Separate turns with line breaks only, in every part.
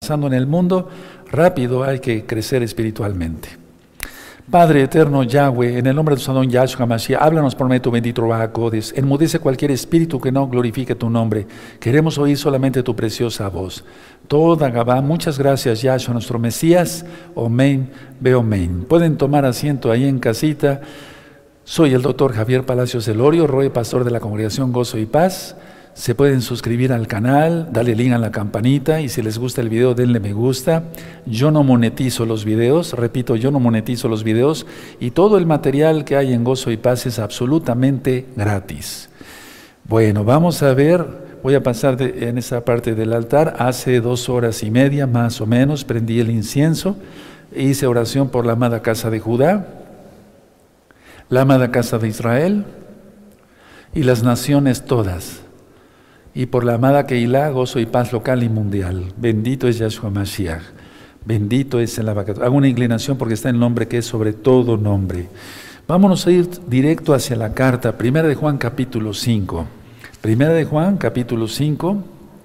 pasando en el mundo, rápido hay que crecer espiritualmente. Padre eterno Yahweh, en el nombre de tu Adón Yahshua Mashiach, háblanos por medio de tu bendito Ruach Codes. Enmudece cualquier espíritu que no glorifique tu nombre. Queremos oír solamente tu preciosa voz. Toda Gabá, muchas gracias Yahshua, nuestro Mesías. Omen, Beomen. Pueden tomar asiento ahí en casita. Soy el doctor Javier Palacios Elorio, Roe, pastor de la Congregación Gozo y Paz. Se pueden suscribir al canal, darle link a la campanita y si les gusta el video denle me gusta. Yo no monetizo los videos, repito, yo no monetizo los videos y todo el material que hay en Gozo y Paz es absolutamente gratis. Bueno, vamos a ver, voy a pasar en esa parte del altar. Hace 2 horas y media más o menos prendí el incienso, hice oración por la amada casa de Judá, la amada casa de Israel y las naciones todas. Y por la amada Keilah, gozo y paz local y mundial. Bendito es Yahshua Mashiach. Bendito es el Abacato. Hago una inclinación porque está el nombre que es sobre todo nombre. Vámonos a ir directo hacia la carta. Primera de Juan capítulo 5. Primera de Juan capítulo 5.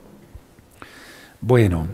Bueno.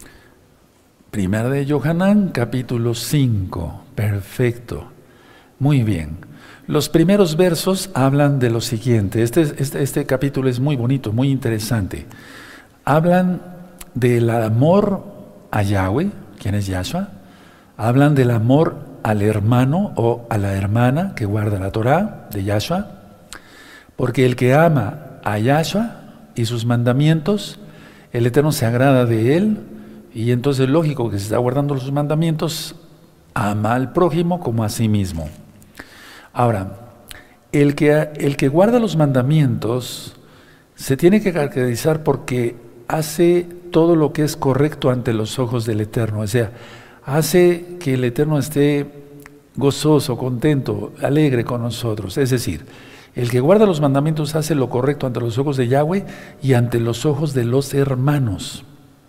Primera de Yohanan capítulo 5. Perfecto. Muy bien. Los primeros versos hablan de lo siguiente. Este capítulo es muy bonito, muy interesante. Hablan del amor a Yahweh, quien es Yahshua. Hablan del amor al hermano o a la hermana que guarda la Torah de Yahshua. Porque el que ama a Yahshua y sus mandamientos, el Eterno se agrada de él. Y entonces es lógico que se está guardando sus mandamientos, ama al prójimo como a sí mismo. Ahora, el que guarda los mandamientos se tiene que caracterizar porque hace todo lo que es correcto ante los ojos del Eterno. O sea, hace que el Eterno esté gozoso, contento, alegre con nosotros. Es decir, el que guarda los mandamientos hace lo correcto ante los ojos de Yahweh y ante los ojos de los hermanos.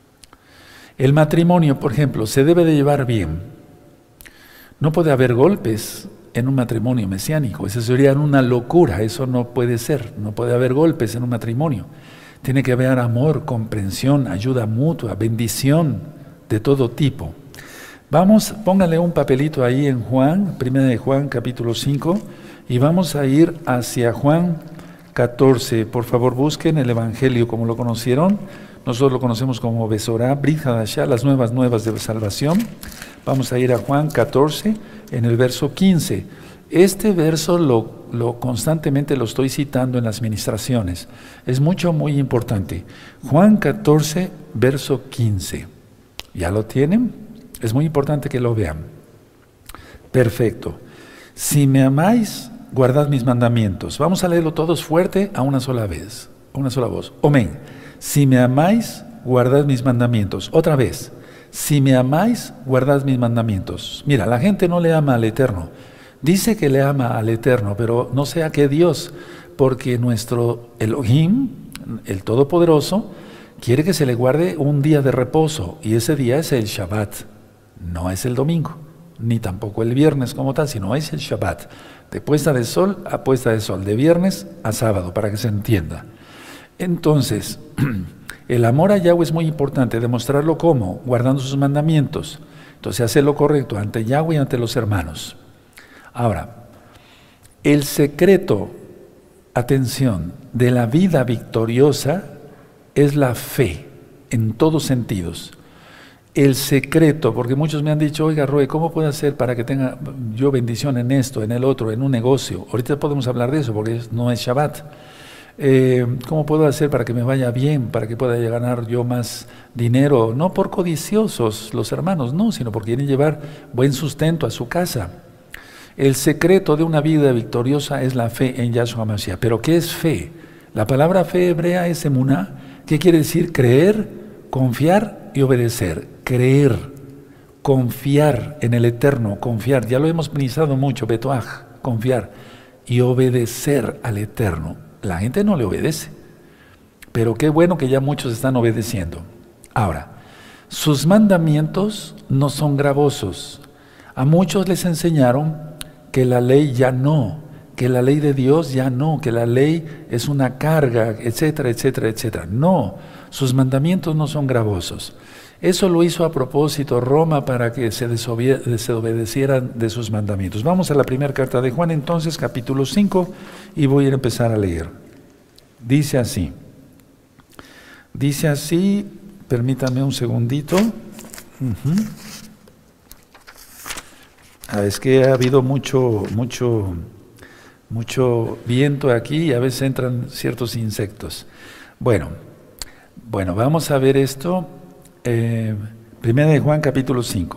El matrimonio, por ejemplo, se debe de llevar bien. No puede haber golpes en un matrimonio mesiánico, eso sería una locura, eso no puede ser, no puede haber golpes en un matrimonio. Tiene que haber amor, comprensión, ayuda mutua, bendición de todo tipo. Vamos, póngale un papelito ahí en Juan, primera de Juan, capítulo 5, y vamos a ir hacia Juan 14. Por favor, busquen el Evangelio como lo conocieron. Nosotros lo conocemos como Besorá, Brit Hadashah, las nuevas de salvación. Vamos a ir a Juan 14, en el verso 15. Este verso constantemente lo estoy citando en las ministraciones. Es muy importante. Juan 14, verso 15. ¿Ya lo tienen? Es muy importante que lo vean. Perfecto. Si me amáis, guardad mis mandamientos. Vamos a leerlo todos fuerte a una sola vez, a una sola voz. Amén. Si me amáis, guardad mis mandamientos. Otra vez. Si me amáis, guardad mis mandamientos. Mira, la gente no le ama al Eterno. Dice que le ama al Eterno, pero no sé a qué Dios, porque nuestro Elohim, el Todopoderoso, quiere que se le guarde un día de reposo, y ese día es el Shabbat. No es el domingo, ni tampoco el viernes como tal, sino es el Shabbat. De puesta de sol a puesta de sol, de viernes a sábado, para que se entienda. Entonces, el amor a Yahweh es muy importante, demostrarlo ¿cómo? Guardando sus mandamientos. Entonces hace lo correcto ante Yahweh y ante los hermanos. Ahora, el secreto, atención, de la vida victoriosa es la fe, en todos sentidos. El secreto, porque muchos me han dicho, oiga Roe, ¿cómo puedo hacer para que tenga yo bendición en esto, en el otro, en un negocio? Ahorita podemos hablar de eso, porque no es Shabbat. ¿Cómo puedo hacer para que me vaya bien, para que pueda ganar yo más dinero? No por codiciosos los hermanos, no, sino porque quieren llevar buen sustento a su casa. El secreto de una vida victoriosa es la fe en Yahshua Mashiach. ¿Pero qué es fe? La palabra fe hebrea es emuná, que quiere decir creer, confiar y obedecer. Creer, confiar en el Eterno, confiar, ya lo hemos pensado mucho, betoaj, confiar, y obedecer al Eterno. La gente no le obedece, pero qué bueno que ya muchos están obedeciendo. Ahora, sus mandamientos no son gravosos. A muchos les enseñaron que la ley ya no, que la ley de Dios ya no, que la ley es una carga, etcétera, etcétera, etcétera. No, sus mandamientos no son gravosos. Eso lo hizo a propósito Roma para que se desobedecieran de sus mandamientos. Vamos a la primera carta de Juan entonces, capítulo 5, y voy a ir a empezar a leer. Dice así, permítanme un segundito. Es que ha habido mucho viento aquí y a veces entran ciertos insectos. Bueno, vamos a ver esto. Primera de Juan, capítulo 5.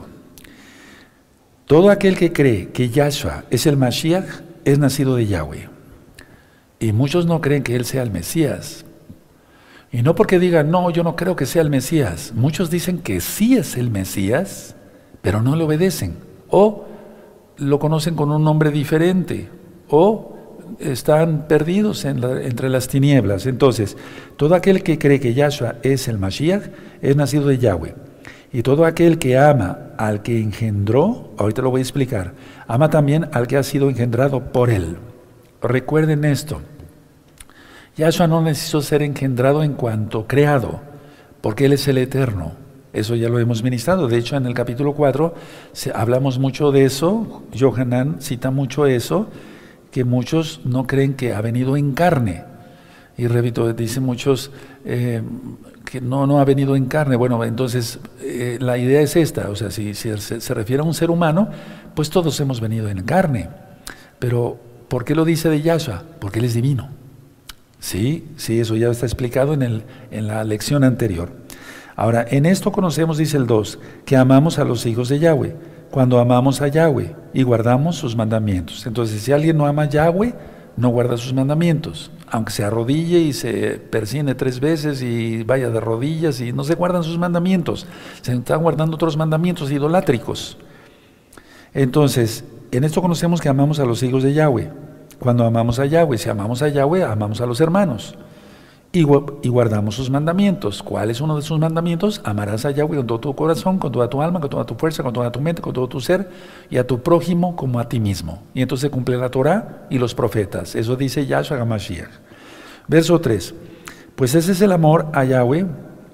Todo aquel que cree que Yahshua es el Mashiach es nacido de Yahweh. Y muchos no creen que Él sea el Mesías. Y no porque digan, no, yo no creo que sea el Mesías. Muchos dicen que sí es el Mesías, pero no le obedecen. O lo conocen con un nombre diferente. O están perdidos entre las tinieblas. Entonces, todo aquel que cree que Yahshua es el Mashiach es nacido de Yahweh. Y todo aquel que ama al que engendró, ahorita lo voy a explicar, ama también al que ha sido engendrado por Él. Recuerden esto. Yahshua no necesitó ser engendrado en cuanto creado, porque Él es el Eterno. Eso ya lo hemos ministrado. De hecho, en el capítulo 4 hablamos mucho de eso. Yohanan cita mucho eso, que muchos no creen que ha venido en carne. Y repito, dicen muchos que no ha venido en carne. Bueno, entonces la idea es esta. O sea, si se refiere a un ser humano, pues todos hemos venido en carne. Pero, ¿por qué lo dice de Yahshua? Porque Él es divino. Sí, eso ya está explicado en la lección anterior. Ahora, en esto conocemos, dice el 2, que amamos a los hijos de Yahweh, cuando amamos a Yahweh y guardamos sus mandamientos. Entonces, si alguien no ama a Yahweh, no guarda sus mandamientos, aunque se arrodille y se persine 3 veces y vaya de rodillas y no se guardan sus mandamientos, se están guardando otros mandamientos idolátricos. Entonces, en esto conocemos que amamos a los hijos de Yahweh. Cuando amamos a Yahweh, si amamos a Yahweh, amamos a los hermanos y guardamos sus mandamientos. ¿Cuál es uno de sus mandamientos? Amarás a Yahweh con todo tu corazón, con toda tu alma, con toda tu fuerza, con toda tu mente, con todo tu ser, y a tu prójimo como a ti mismo. Y entonces se cumple la Torah y los profetas. Eso dice Yahshua HaMashiach. Verso 3. Pues ese es el amor a Yahweh,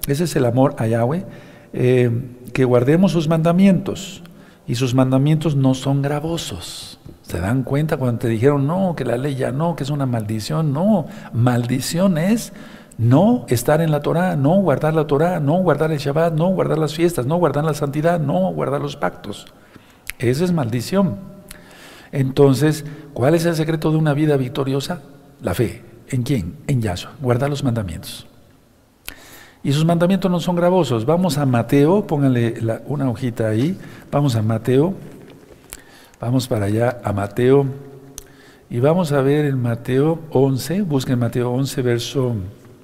que guardemos sus mandamientos, y sus mandamientos no son gravosos. ¿Se dan cuenta cuando te dijeron, no, que la ley ya no, que es una maldición? No, maldición es no estar en la Torah, no guardar la Torah, no guardar el Shabbat, no guardar las fiestas, no guardar la santidad, no guardar los pactos. Esa es maldición. Entonces, ¿cuál es el secreto de una vida victoriosa? La fe. ¿En quién? En Yahshua. Guardar los mandamientos. Y sus mandamientos no son gravosos. Vamos a Mateo, pónganle una hojita ahí. Vamos a Mateo. Vamos para allá a Mateo. Y vamos a ver en Mateo 11. Busquen Mateo 11, verso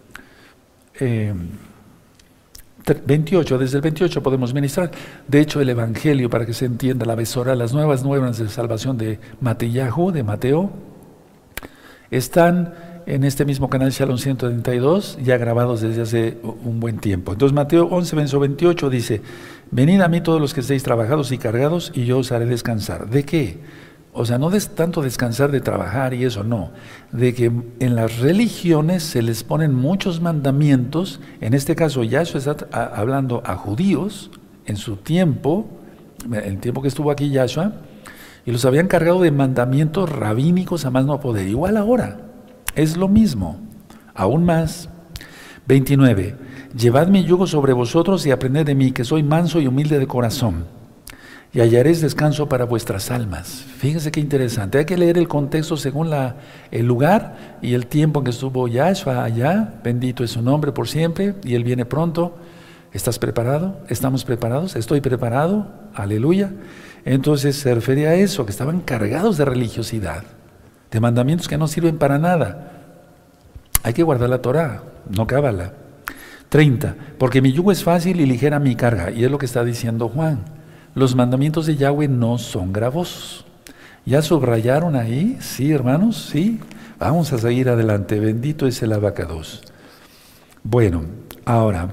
28. Desde el 28 podemos ministrar. De hecho, el Evangelio, para que se entienda, la Besora, las nuevas de salvación de Matillahu, de Mateo, están en este mismo canal Shalom 132, ya grabados desde hace un buen tiempo. Entonces Mateo 11, verso 28 dice, venid a mí todos los que estéis trabajados y cargados, y yo os haré descansar. ¿De qué? O sea, no tanto descansar de trabajar y eso, no. De que en las religiones se les ponen muchos mandamientos. En este caso Yahshua está hablando a judíos en su tiempo, el tiempo que estuvo aquí Yahshua, y los habían cargado de mandamientos rabínicos a más no poder. Igual ahora. Es lo mismo, aún más. 29. Llevad mi yugo sobre vosotros y aprended de mí, que soy manso y humilde de corazón, y hallaréis descanso para vuestras almas. Fíjense qué interesante. Hay que leer el contexto según el lugar y el tiempo en que estuvo Yahshua allá. Bendito es su nombre por siempre, y Él viene pronto. ¿Estás preparado? ¿Estamos preparados? ¿Estoy preparado? Aleluya. Entonces se refiere a eso, que estaban cargados de religiosidad, de mandamientos que no sirven para nada. Hay que guardar la Torah, no cábala. 30. Porque mi yugo es fácil y ligera mi carga. Y es lo que está diciendo Juan. Los mandamientos de Yahweh no son gravosos. ¿Ya subrayaron ahí? Sí, hermanos, sí. Vamos a seguir adelante. Bendito es el Abacados. Bueno, ahora,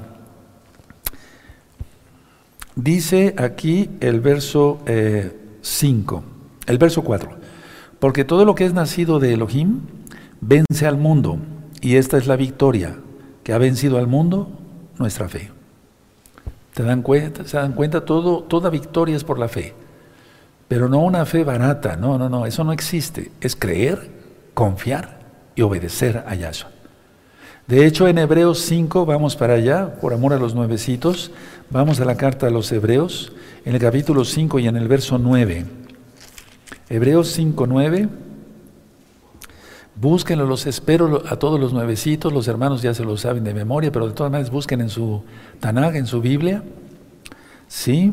dice aquí el verso 5, el verso 4. Porque todo lo que es nacido de Elohim vence al mundo, y esta es la victoria que ha vencido al mundo, nuestra fe. ¿Se dan cuenta? Toda victoria es por la fe. Pero no una fe barata, no, eso no existe. Es creer, confiar y obedecer a Yahshua. De hecho, en Hebreos 5, vamos para allá, por amor a los nuevecitos, vamos a la carta a los Hebreos, en el capítulo 5 y en el verso 9. Hebreos 5, 9. Búsquenlo, los espero a todos los nuevecitos, los hermanos ya se lo saben de memoria, pero de todas maneras busquen en su Tanaj, en su Biblia. ¿Sí?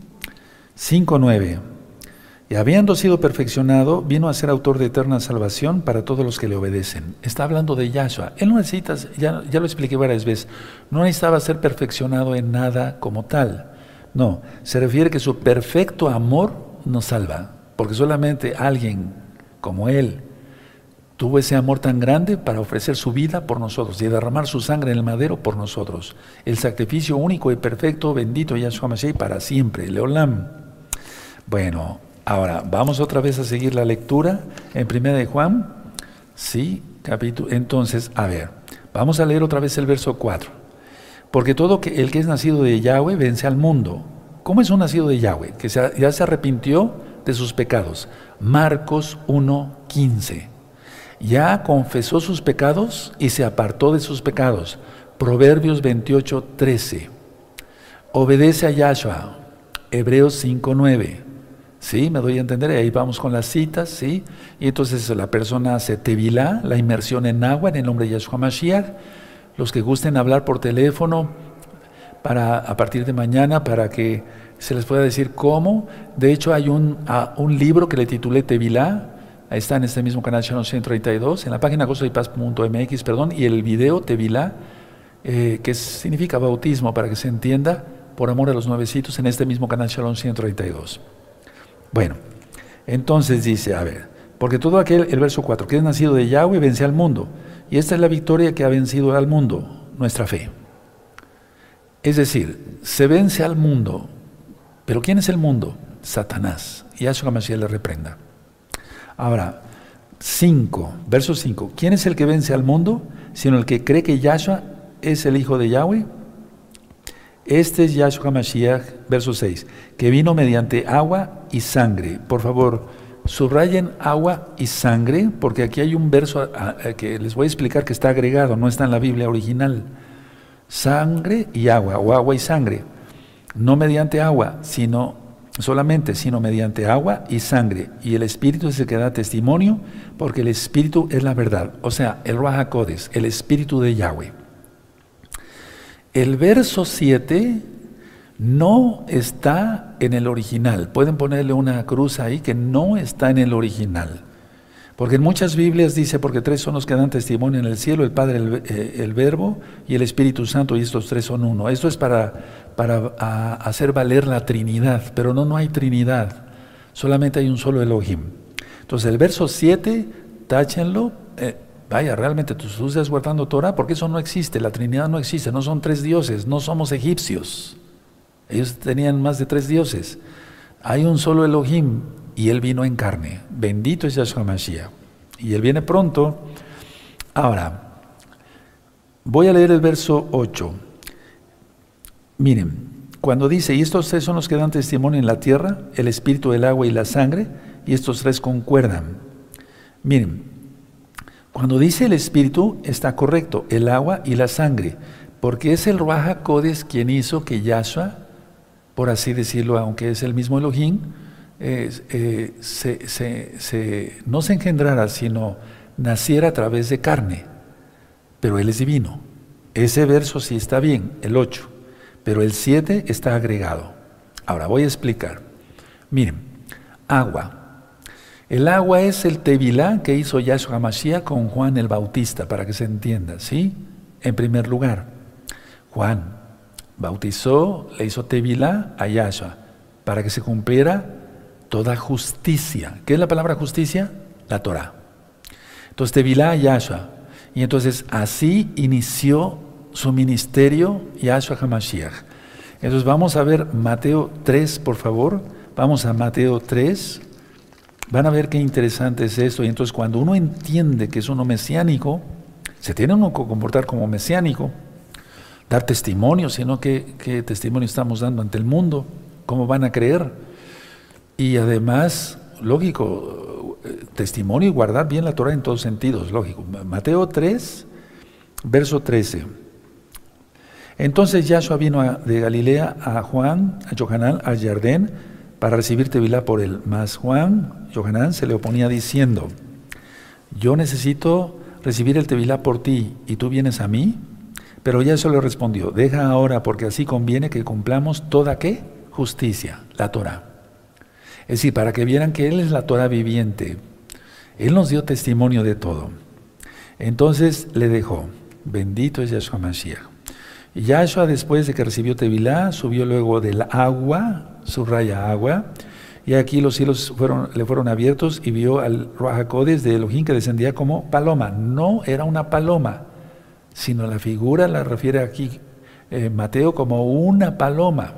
5, 9. Y habiendo sido perfeccionado, vino a ser autor de eterna salvación para todos los que le obedecen. Está hablando de Yahshua. Él no necesita, ya lo expliqué varias veces, no necesitaba ser perfeccionado en nada como tal. No, se refiere que su perfecto amor nos salva, porque solamente alguien como Él tuvo ese amor tan grande para ofrecer su vida por nosotros y derramar su sangre en el madero por nosotros. El sacrificio único y perfecto, bendito Yahshua Mashiach para siempre, Leolam. Bueno, ahora vamos otra vez a seguir la lectura en 1 de Juan, sí, capítulo. Entonces, a ver, vamos a leer otra vez el verso 4. Porque todo el que es nacido de Yahweh vence al mundo. ¿Cómo es un nacido de Yahweh? Que ya se arrepintió de sus pecados. Marcos 1:15. Ya confesó sus pecados y se apartó de sus pecados. Proverbios 28:13. Obedece a Yahshua. Hebreos 5:9. ¿Sí? Me doy a entender. Ahí vamos con las citas, ¿sí? Y entonces la persona hace tevilá, la inmersión en agua en el nombre de Yahshua Mashiach. Los que gusten hablar por teléfono a partir de mañana para que se les pueda decir cómo. De hecho, hay un libro que le titulé Tevilá. Ahí está en este mismo canal Shalom 132, en la página gozoypaz.mx, y el video Tevilá, que significa bautismo, para que se entienda, por amor a los nuevecitos, en este mismo canal Shalom 132. Bueno, entonces dice, a ver, porque todo aquel, el verso 4, que es nacido de Yahweh, vence al mundo. Y esta es la victoria que ha vencido al mundo, nuestra fe. Es decir, se vence al mundo. ¿Pero quién es el mundo? Satanás. Y Yahshua Mashiach le reprenda. Ahora, verso 5. ¿Quién es el que vence al mundo? Sino el que cree que Yahshua es el Hijo de Yahweh. Este es Yahshua Mashiach, verso 6, que vino mediante agua y sangre. Por favor, subrayen agua y sangre, porque aquí hay un verso que les voy a explicar que está agregado, no está en la Biblia original. Sangre y agua, o agua y sangre. No mediante agua, sino mediante agua y sangre. Y el Espíritu es el que da testimonio, porque el Espíritu es la verdad. O sea, el Ruach HaKodesh, el Espíritu de Yahweh. El verso 7 no está en el original. Pueden ponerle una cruz ahí que no está en el original. Porque en muchas Biblias dice, porque tres son los que dan testimonio en el cielo, el Padre, el Verbo y el Espíritu Santo, y estos tres son uno. Esto es para hacer valer la Trinidad, pero no hay Trinidad, solamente hay un solo Elohim. Entonces el verso 7, táchenlo, realmente tú estás guardando Torah, porque eso no existe, la Trinidad no existe, no son tres dioses, no somos egipcios. Ellos tenían más de tres dioses. Hay un solo Elohim, y Él vino en carne. Bendito es Yahshua Mashiach. Y Él viene pronto. Ahora, voy a leer el verso 8. Miren, cuando dice, y estos tres son los que dan testimonio en la tierra, el espíritu, el agua y la sangre, y estos tres concuerdan. Miren, cuando dice el espíritu, está correcto, el agua y la sangre, porque es el Ruach HaKodesh quien hizo que Yahshua, por así decirlo, aunque es el mismo Elohim, no se engendrara, sino naciera a través de carne, pero Él es divino. Ese verso sí está bien, el 8, pero el 7 está agregado. Ahora voy a explicar. Miren, agua. El agua es el tevilá que hizo Yahshua Mashiach con Juan el Bautista, para que se entienda, ¿sí? En primer lugar, Juan bautizó, le hizo tevilá a Yahshua, para que se cumpliera toda justicia. ¿Qué es la palabra justicia? La Torah. Entonces, tevilá a Yahshua. Y entonces, así inició su ministerio Yahshua HaMashiach. Entonces, vamos a ver Mateo 3, por favor. Vamos a Mateo 3. Van a ver qué interesante es esto. Y entonces, cuando uno entiende que es uno mesiánico, se tiene uno que comportar como mesiánico. dar testimonio, sino qué testimonio estamos dando ante el mundo, cómo van a creer. Y además, lógico, testimonio y guardar bien la Torah en todos sentidos, lógico. Mateo 3, verso 13. Entonces Yahshua vino de Galilea a Juan, a Yohanan, al Jardín, para recibir tevilá por él. Mas Yohanan se le oponía diciendo: yo necesito recibir el tevilá por ti, ¿y tú vienes a mí? Pero Yahshua le respondió: deja ahora, porque así conviene que cumplamos toda, ¿qué? Justicia, la Torah. Es decir, para que vieran que Él es la Torah viviente. Él nos dio testimonio de todo. Entonces le dejó. Bendito es Yahshua Mashiach. Y Yahshua, después de que recibió tevilá, subió luego del agua, subraya agua, y aquí los cielos le fueron abiertos y vio al Ruach HaKodesh de Elohim que descendía como paloma. No era una paloma, sino la figura la refiere aquí Mateo como una paloma.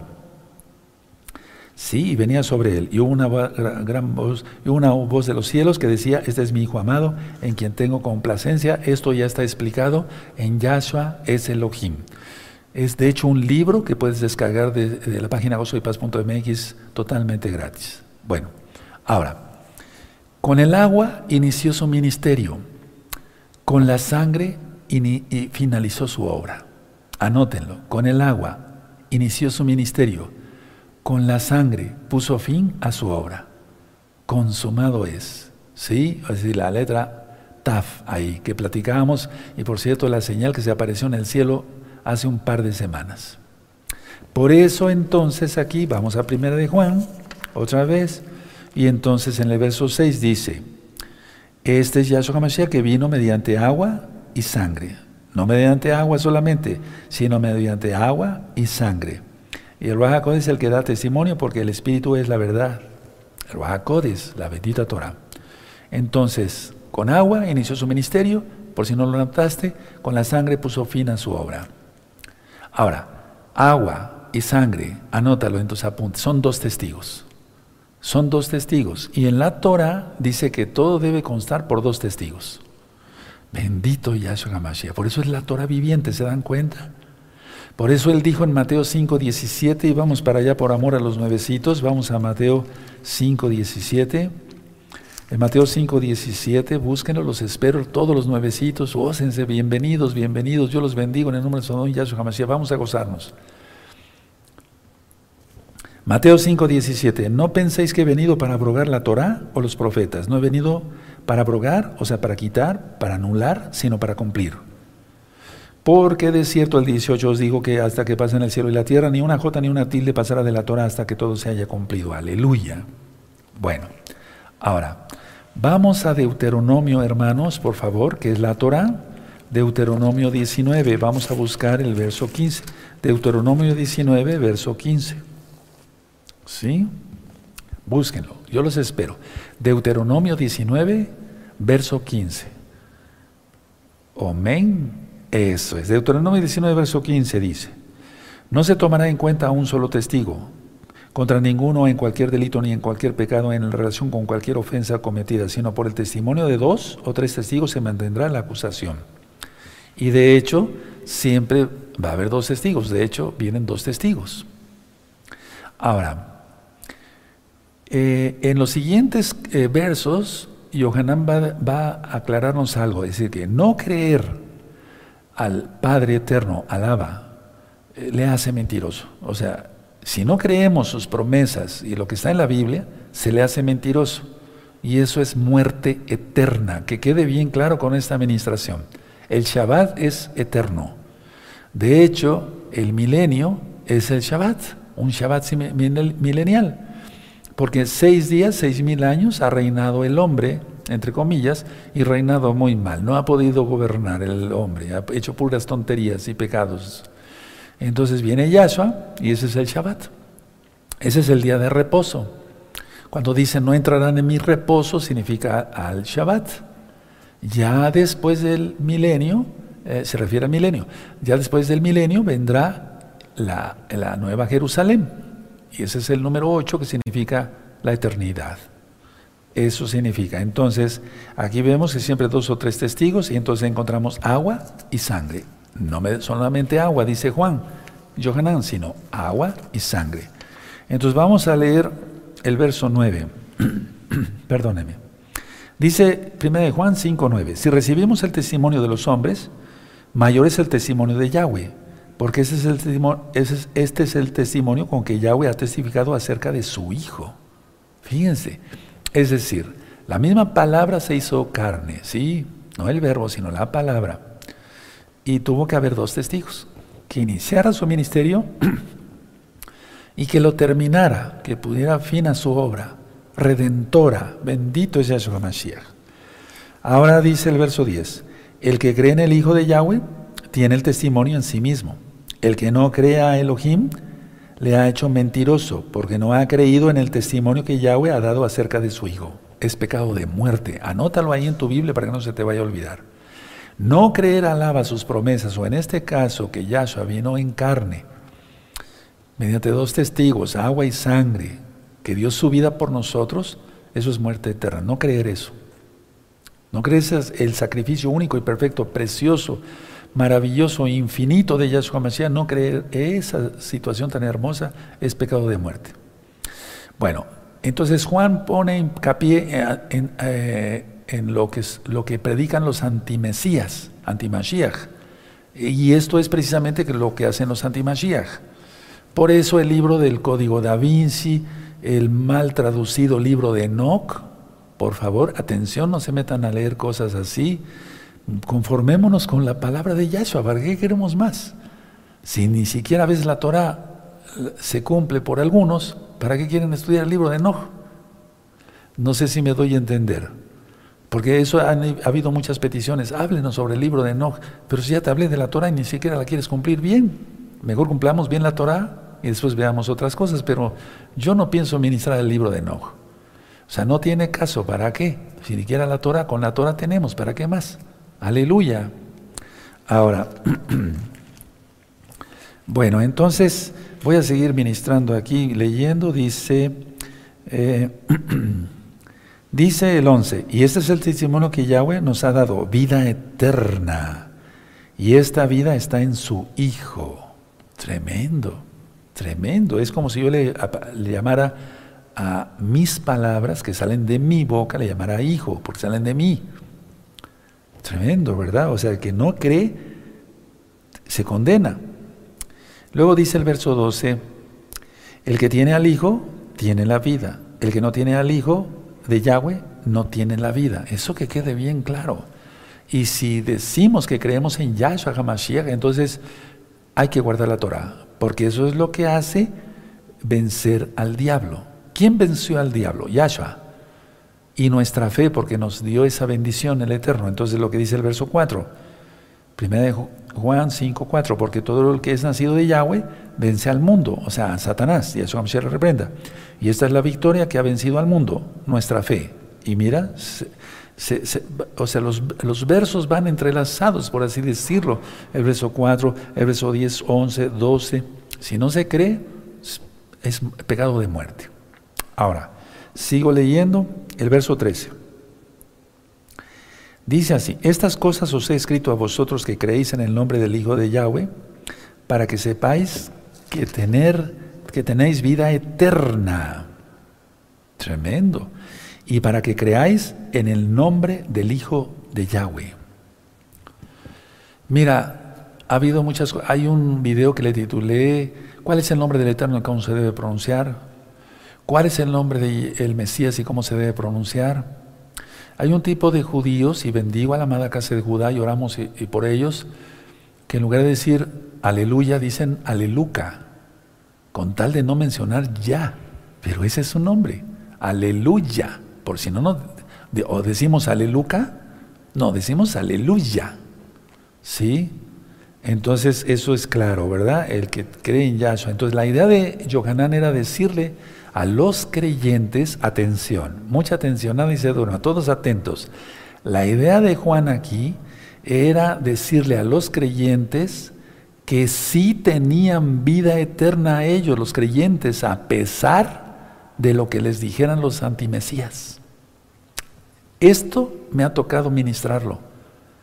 Sí, y venía sobre él, y hubo una gran voz, y una voz de los cielos que decía: este es mi Hijo amado, en quien tengo complacencia. Esto ya está explicado en Yahshua es Elohim. Es de hecho un libro que puedes descargar de la página gozoypaz.mx totalmente gratis. Bueno, ahora, con el agua inició su ministerio, con la sangre y finalizó su obra. Anótenlo, con el agua inició su ministerio, con la sangre puso fin a su obra. Consumado es. ¿Sí? Es decir, la letra Taf ahí, que platicábamos, y por cierto la señal que se apareció en el cielo hace un par de semanas. Por eso entonces aquí vamos a 1 de Juan, otra vez, y entonces en el verso 6 dice: este es Yahshua HaMashiach que vino mediante agua y sangre. No mediante agua solamente, sino mediante agua y sangre. Y el Ruach HaKodesh es el que da testimonio, porque el Espíritu es la verdad. El Ruach HaKodesh, la bendita Torah. Entonces, con agua inició su ministerio, por si no lo notaste, con la sangre puso fin a su obra. Ahora, agua y sangre, anótalo en tus apuntes, son dos testigos. Son dos testigos. Y en la Torah dice que todo debe constar por dos testigos. Bendito Yahshua HaMashiach. Por eso es la Torah viviente, ¿se dan cuenta? Por eso él dijo en Mateo 5:17, y vamos para allá por amor a los nuevecitos, vamos a Mateo 5:17. En Mateo 5:17, búsquenlo, los espero, todos los nuevecitos, gócense, bienvenidos, bienvenidos, yo los bendigo en el nombre de Sodom y Yahshua HaMashiach, vamos a gozarnos. Mateo 5:17, no penséis que he venido para abrogar la Torá o los profetas, no he venido para abrogar, o sea, para quitar, para anular, sino para cumplir. Porque de cierto el 18 os digo que hasta que pasen el cielo y la tierra, ni una jota ni una tilde pasará de la Torá hasta que todo se haya cumplido. Aleluya. Bueno, ahora, vamos a Deuteronomio, hermanos, por favor, que es la Torá. Deuteronomio 19, vamos a buscar el verso 15. Deuteronomio 19, verso 15. ¿Sí? Búsquenlo, yo los espero. Deuteronomio 19, verso 15. Amén. Eso es, Deuteronomio 19, verso 15 dice: no se tomará en cuenta un solo testigo contra ninguno en cualquier delito ni en cualquier pecado en relación con cualquier ofensa cometida, sino por el testimonio de 2 o 3 testigos se mantendrá la acusación. Y de hecho, siempre va a haber 2 testigos, de hecho, vienen 2 testigos. Ahora, en los siguientes versos, Yohanan va a aclararnos algo, es decir, que no creer al Padre Eterno, al Abba, le hace mentiroso. O sea, si no creemos sus promesas y lo que está en la Biblia, se le hace mentiroso. Y eso es muerte eterna, que quede bien claro con esta administración. El Shabbat es eterno. De hecho, el milenio es el Shabbat, un Shabbat milenial. Porque 6 días, 6,000 años ha reinado el hombre, entre comillas, y reinado muy mal. No ha podido gobernar el hombre, ha hecho puras tonterías y pecados. Entonces viene Yahshua y ese es el Shabbat. Ese es el día de reposo. Cuando dice no entrarán en mi reposo, significa al Shabbat. Ya después del milenio, se refiere al milenio, ya después del milenio vendrá la nueva Jerusalén. Y ese es el número 8, que significa la eternidad. Eso significa. Entonces, aquí vemos que siempre 2 o 3 testigos, y entonces encontramos agua y sangre. no solamente agua, dice Juan, Yohanan, sino agua y sangre. Entonces vamos a leer el verso 9. Perdóneme. Dice 1 Juan 5:9, si recibimos el testimonio de los hombres, mayor es el testimonio de Yahweh, porque este es el testimonio con que Yahweh ha testificado acerca de su Hijo. Fíjense, es decir, la misma palabra se hizo carne, ¿sí? No el verbo, sino la palabra. Y tuvo que haber dos testigos, que iniciara su ministerio y que lo terminara, que pudiera fin a su obra redentora. Bendito es Yahshua Mashiach. Ahora dice el verso 10, el que cree en el Hijo de Yahweh tiene el testimonio en sí mismo. El que no cree a Elohim le ha hecho mentiroso, porque no ha creído en el testimonio que Yahweh ha dado acerca de su Hijo. Es pecado de muerte. Anótalo ahí en tu Biblia para que no se te vaya a olvidar. No creer alaba sus promesas, o en este caso que Yahshua vino en carne, mediante dos testigos, agua y sangre, que dio su vida por nosotros, eso es muerte eterna. No creer eso. No creer el sacrificio único y perfecto, precioso, maravilloso, infinito de Yahshua Mashiach. No creer esa situación tan hermosa es pecado de muerte. Bueno, entonces Juan pone hincapié en lo que predican los antimesías, antimashiach. Y esto es precisamente lo que hacen los antimashiach. Por eso el libro del Código Da Vinci, el mal traducido libro de Enoch, por favor, atención, no se metan a leer cosas así. Conformémonos con la palabra de Yahshua. ¿Para qué queremos más? Si ni siquiera a veces la Torah se cumple por algunos, ¿para qué quieren estudiar el libro de Enoch? No sé si me doy a entender. Porque eso ha habido muchas peticiones. Háblenos sobre el libro de Enoch. Pero si ya te hablé de la Torah y ni siquiera la quieres cumplir bien, mejor cumplamos bien la Torah y después veamos otras cosas. Pero yo no pienso ministrar el libro de Enoch. O sea, no tiene caso. ¿Para qué? Si ni siquiera la Torah, con la Torah tenemos. ¿Para qué más? Aleluya. Ahora, bueno, entonces voy a seguir ministrando aquí, leyendo, dice el 11, y este es el testimonio que Yahweh nos ha dado, vida eterna, y esta vida está en su Hijo. Tremendo, tremendo. Es como si yo le llamara a mis palabras que salen de mi boca, le llamara hijo, porque salen de mí. Tremendo, ¿verdad? O sea, el que no cree se condena. Luego dice el verso 12, el que tiene al Hijo tiene la vida. El que no tiene al Hijo de Yahweh no tiene la vida. Eso que quede bien claro. Y si decimos que creemos en Yahshua HaMashiach, entonces hay que guardar la Torah, porque eso es lo que hace vencer al diablo. ¿Quién venció al diablo? Yahshua. Y nuestra fe, porque nos dio esa bendición el Eterno. Entonces lo que dice el verso 4, 1 Juan 5:4, porque todo el que es nacido de Yahweh vence al mundo, o sea, a Satanás, y a su Mashiach reprenda. Y esta es la victoria que ha vencido al mundo, nuestra fe. Y mira, o sea, los versos van entrelazados, por así decirlo. El verso 4, el verso 10, 11, 12. Si no se cree, es pecado de muerte. Ahora, sigo leyendo el verso 13. Dice así, estas cosas os he escrito a vosotros que creéis en el nombre del Hijo de Yahweh, para que sepáis que tenéis vida eterna. Tremendo. Y para que creáis en el nombre del Hijo de Yahweh. Mira, ha habido muchas cosas. Hay un video que le titulé, ¿cuál es el nombre del Eterno y cómo se debe pronunciar? ¿Cuál es el nombre del Mesías y cómo se debe pronunciar? Hay un tipo de judíos, y bendigo a la amada casa de Judá y oramos y por ellos, que en lugar de decir aleluya, dicen aleluca, con tal de no mencionar ya, pero ese es su nombre, aleluya, por si no, o decimos aleluca, no, decimos aleluya, ¿sí? Entonces eso es claro, ¿verdad? El que cree en Yahshua. Entonces la idea de Yohanan era decirle a los creyentes, atención, mucha atención, nadie se duerma, todos atentos. La idea de Juan aquí era decirle a los creyentes que sí tenían vida eterna a ellos, los creyentes, a pesar de lo que les dijeran los antimesías. Esto me ha tocado ministrarlo.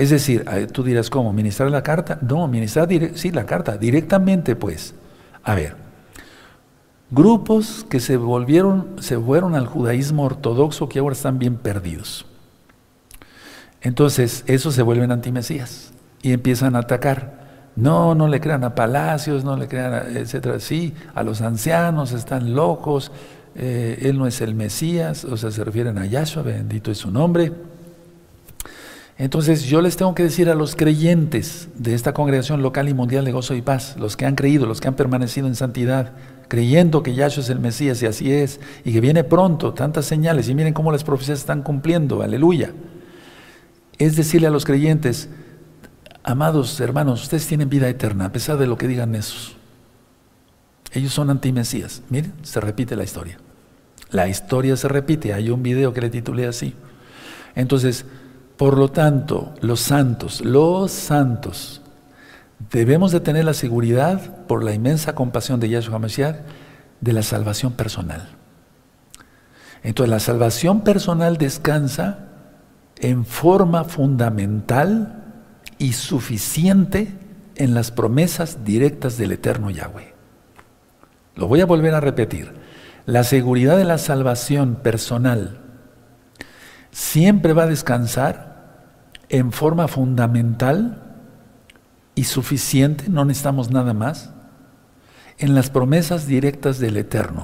Es decir, tú dirás, ¿cómo? ¿Ministrar la carta? No, ministrar, sí, la carta, directamente pues. A ver, grupos que se fueron al judaísmo ortodoxo que ahora están bien perdidos. Entonces, esos se vuelven antimesías y empiezan a atacar. No, no le crean a Palacios, no le crean, etcétera. Sí, a los ancianos están locos, él no es el Mesías, o sea, se refieren a Yahshua, bendito es su nombre. Entonces yo les tengo que decir a los creyentes de esta congregación local y mundial de Gozo y Paz, los que han creído, los que han permanecido en santidad, creyendo que Yahshua es el Mesías y así es, y que viene pronto, tantas señales, y miren cómo las profecías están cumpliendo, aleluya. Es decirle a los creyentes, amados hermanos, ustedes tienen vida eterna, a pesar de lo que digan esos. Ellos son antimesías. Miren, se repite la historia. La historia se repite, hay un video que le titulé así. Entonces, por lo tanto, los santos, debemos de tener la seguridad, por la inmensa compasión de Yahshua HaMashiach, de la salvación personal. Entonces, la salvación personal descansa en forma fundamental y suficiente en las promesas directas del eterno Yahweh. Lo voy a volver a repetir. La seguridad de la salvación personal siempre va a descansar en forma fundamental y suficiente, no necesitamos nada más, en las promesas directas del Eterno.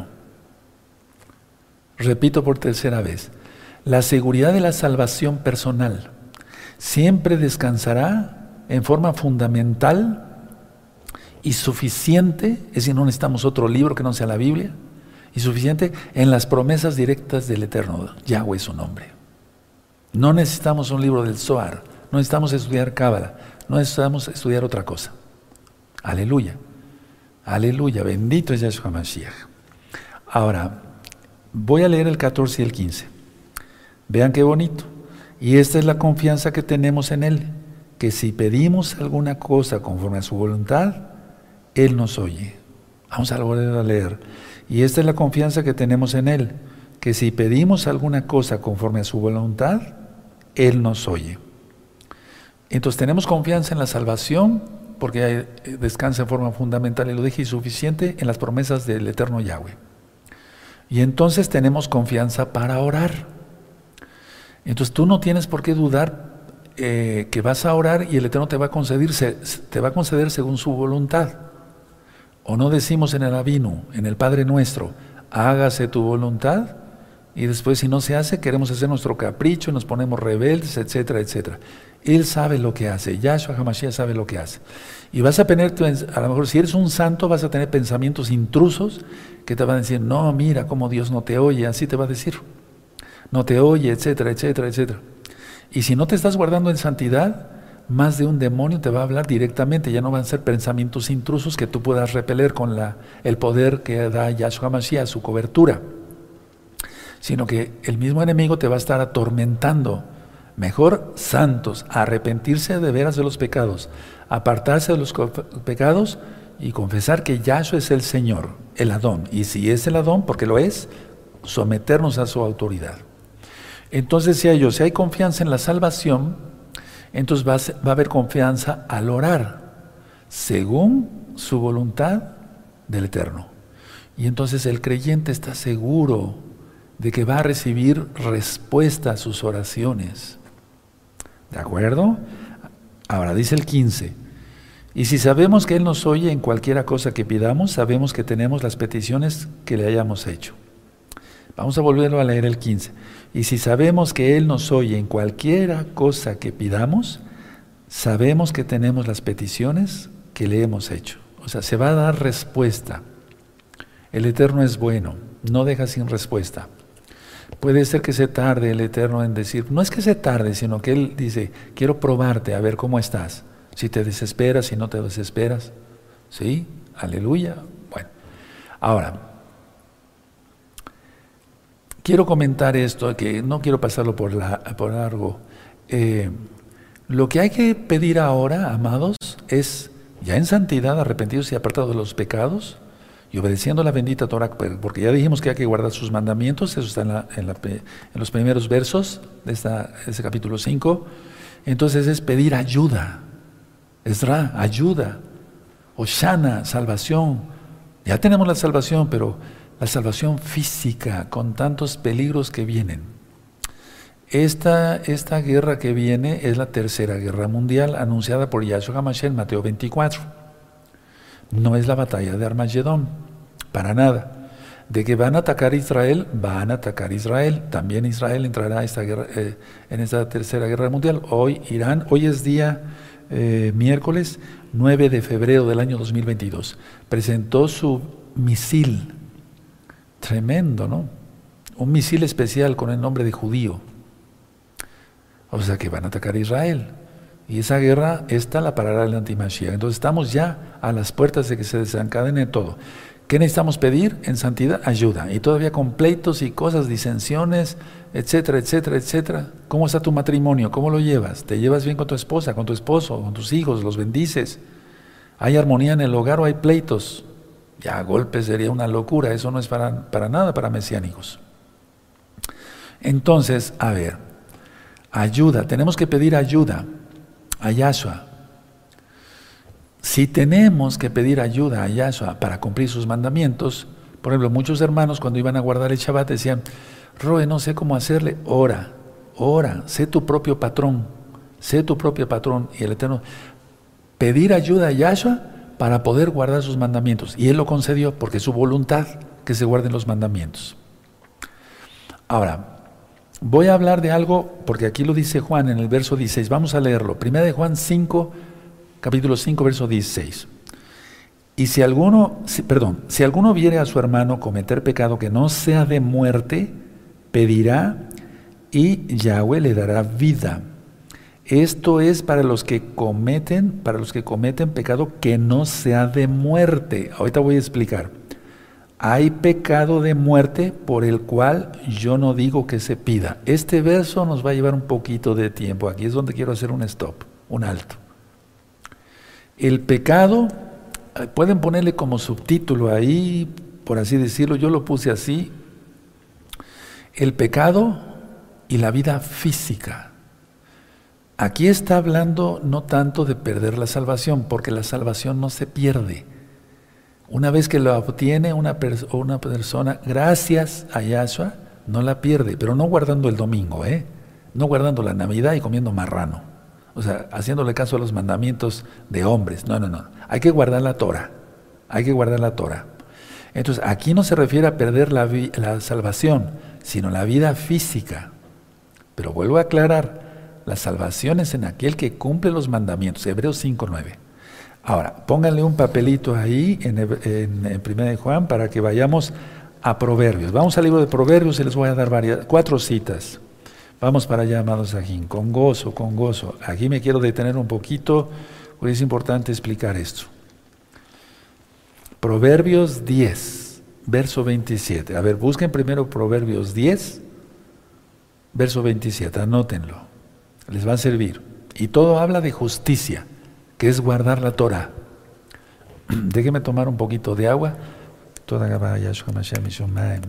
Repito por tercera vez, la seguridad de la salvación personal siempre descansará en forma fundamental y suficiente, es decir, no necesitamos otro libro que no sea la Biblia, y suficiente en las promesas directas del Eterno, Yahweh es su nombre. No necesitamos un libro del Zohar, no necesitamos estudiar Cábala, no necesitamos estudiar otra cosa. Aleluya, aleluya, bendito es Yahshua Mashiach. Ahora, voy a leer el 14 y el 15. Vean qué bonito. Y esta es la confianza que tenemos en Él, que si pedimos alguna cosa conforme a su voluntad, Él nos oye. Vamos a volver a leer. Y esta es la confianza que tenemos en Él, que si pedimos alguna cosa conforme a su voluntad, Él nos oye. Entonces tenemos confianza en la salvación, porque descansa en forma fundamental, y lo dije, y suficiente en las promesas del eterno Yahweh. Y entonces tenemos confianza para orar. Entonces tú no tienes por qué dudar que vas a orar y el Eterno te va a conceder según su voluntad. O no decimos en el Avinu, en el Padre Nuestro, hágase tu voluntad, y después si no se hace, queremos hacer nuestro capricho, nos ponemos rebeldes, etcétera, etcétera. Él sabe lo que hace, Yahshua HaMashiach sabe lo que hace. Y vas a tener, a lo mejor si eres un santo, vas a tener pensamientos intrusos que te van a decir, no, mira cómo Dios no te oye, así te va a decir. No te oye, etcétera, etcétera, etcétera. Y si no te estás guardando en santidad, más de un demonio te va a hablar directamente, ya no van a ser pensamientos intrusos que tú puedas repeler con el poder que da Yahshua HaMashiach, su cobertura, sino que el mismo enemigo te va a estar atormentando. Mejor, santos, arrepentirse de veras de los pecados, apartarse de los pecados y confesar que Yahshua es el Señor, el Adón, y si es el Adón, porque lo es, someternos a su autoridad. Entonces si hay confianza en la salvación, entonces va a haber confianza al orar según su voluntad del Eterno. Y entonces el creyente está seguro de que va a recibir respuesta a sus oraciones. ¿De acuerdo? Ahora dice el 15. Y si sabemos que Él nos oye en cualquiera cosa que pidamos, sabemos que tenemos las peticiones que le hayamos hecho. Vamos a volverlo a leer el 15. Y si sabemos que Él nos oye en cualquiera cosa que pidamos, sabemos que tenemos las peticiones que le hemos hecho. O sea, se va a dar respuesta. El Eterno es bueno, no deja sin respuesta. Puede ser que se tarde el Eterno en decir, no es que se tarde, sino que Él dice, quiero probarte, a ver cómo estás. Si te desesperas, si no te desesperas. ¿Sí? Aleluya. Bueno, ahora, quiero comentar esto, que no quiero pasarlo por largo. Lo que hay que pedir ahora, amados, es ya en santidad, arrepentidos y apartados de los pecados, y obedeciendo la bendita Torah, porque ya dijimos que hay que guardar sus mandamientos, eso está en los primeros versos de ese capítulo 5, Entonces es pedir ayuda. Ezra, ayuda. Hoshana, salvación. Ya tenemos la salvación, pero la salvación física, con tantos peligros que vienen. Esta guerra que viene es la tercera guerra mundial anunciada por Yahshua HaMashiach en Mateo 24. No es la batalla de Armagedón, para nada. De que van a atacar Israel, van a atacar Israel. También Israel entrará a esta guerra, en esta tercera guerra mundial. Hoy es día miércoles 9 de febrero del año 2022. Presentó su misil, tremendo, ¿no? Un misil especial con el nombre de judío. O sea que van a atacar a Israel. Y esa guerra, esta la parará el antimashiach. Entonces estamos ya a las puertas de que se desencadene todo. ¿Qué necesitamos pedir? En santidad, ayuda. Y todavía con pleitos y cosas, disensiones, etcétera, etcétera, etcétera. ¿Cómo está tu matrimonio? ¿Cómo lo llevas? ¿Te llevas bien con tu esposa, con tu esposo, con tus hijos? ¿Los bendices? ¿Hay armonía en el hogar o hay pleitos? Ya, golpes sería una locura. Eso no es para nada para mesiánicos. Entonces, a ver, ayuda. Tenemos que pedir ayuda a Yahshua. Si tenemos que pedir ayuda a Yahshua para cumplir sus mandamientos, por ejemplo, muchos hermanos cuando iban a guardar el Shabbat decían, Roe, no sé cómo hacerle, ora, sé tu propio patrón, y el Eterno, pedir ayuda a Yahshua para poder guardar sus mandamientos, y Él lo concedió porque es su voluntad que se guarden los mandamientos. Ahora, voy a hablar de algo, porque aquí lo dice Juan en el verso 16, vamos a leerlo, 1 de Juan 5, capítulo 5, verso 16. Y si alguno viere a su hermano cometer pecado que no sea de muerte, pedirá y Yahweh le dará vida. Esto es para los que cometen pecado que no sea de muerte. Ahorita voy a explicar. Hay pecado de muerte por el cual yo no digo que se pida. Este verso nos va a llevar un poquito de tiempo. Aquí es donde quiero hacer un stop, un alto. El pecado, pueden ponerle como subtítulo ahí, por así decirlo, yo lo puse así, el pecado y la vida física. Aquí está hablando no tanto de perder la salvación, porque la salvación no se pierde. Una vez que la obtiene una persona, gracias a Yahshua, no la pierde, pero no guardando el domingo, no guardando la Navidad y comiendo marrano. O sea, haciéndole caso a los mandamientos de hombres. No. Hay que guardar la Torah. Entonces, aquí no se refiere a perder la salvación, sino la vida física. Pero vuelvo a aclarar, la salvación es en aquel que cumple los mandamientos. Hebreos 5:9. Ahora, pónganle un papelito ahí en 1 de Juan para que vayamos a Proverbios. Vamos al libro de Proverbios y les voy a dar 4 citas. Vamos para allá, amados Sajín, con gozo. Aquí me quiero detener un poquito, porque es importante explicar esto. Proverbios 10, verso 27. A ver, busquen primero Proverbios 10, verso 27, anótenlo. Les va a servir. Y todo habla de justicia, que es guardar la Torah. Déjenme tomar un poquito de agua. Toda Gabaya, Shomashem y Shomaim.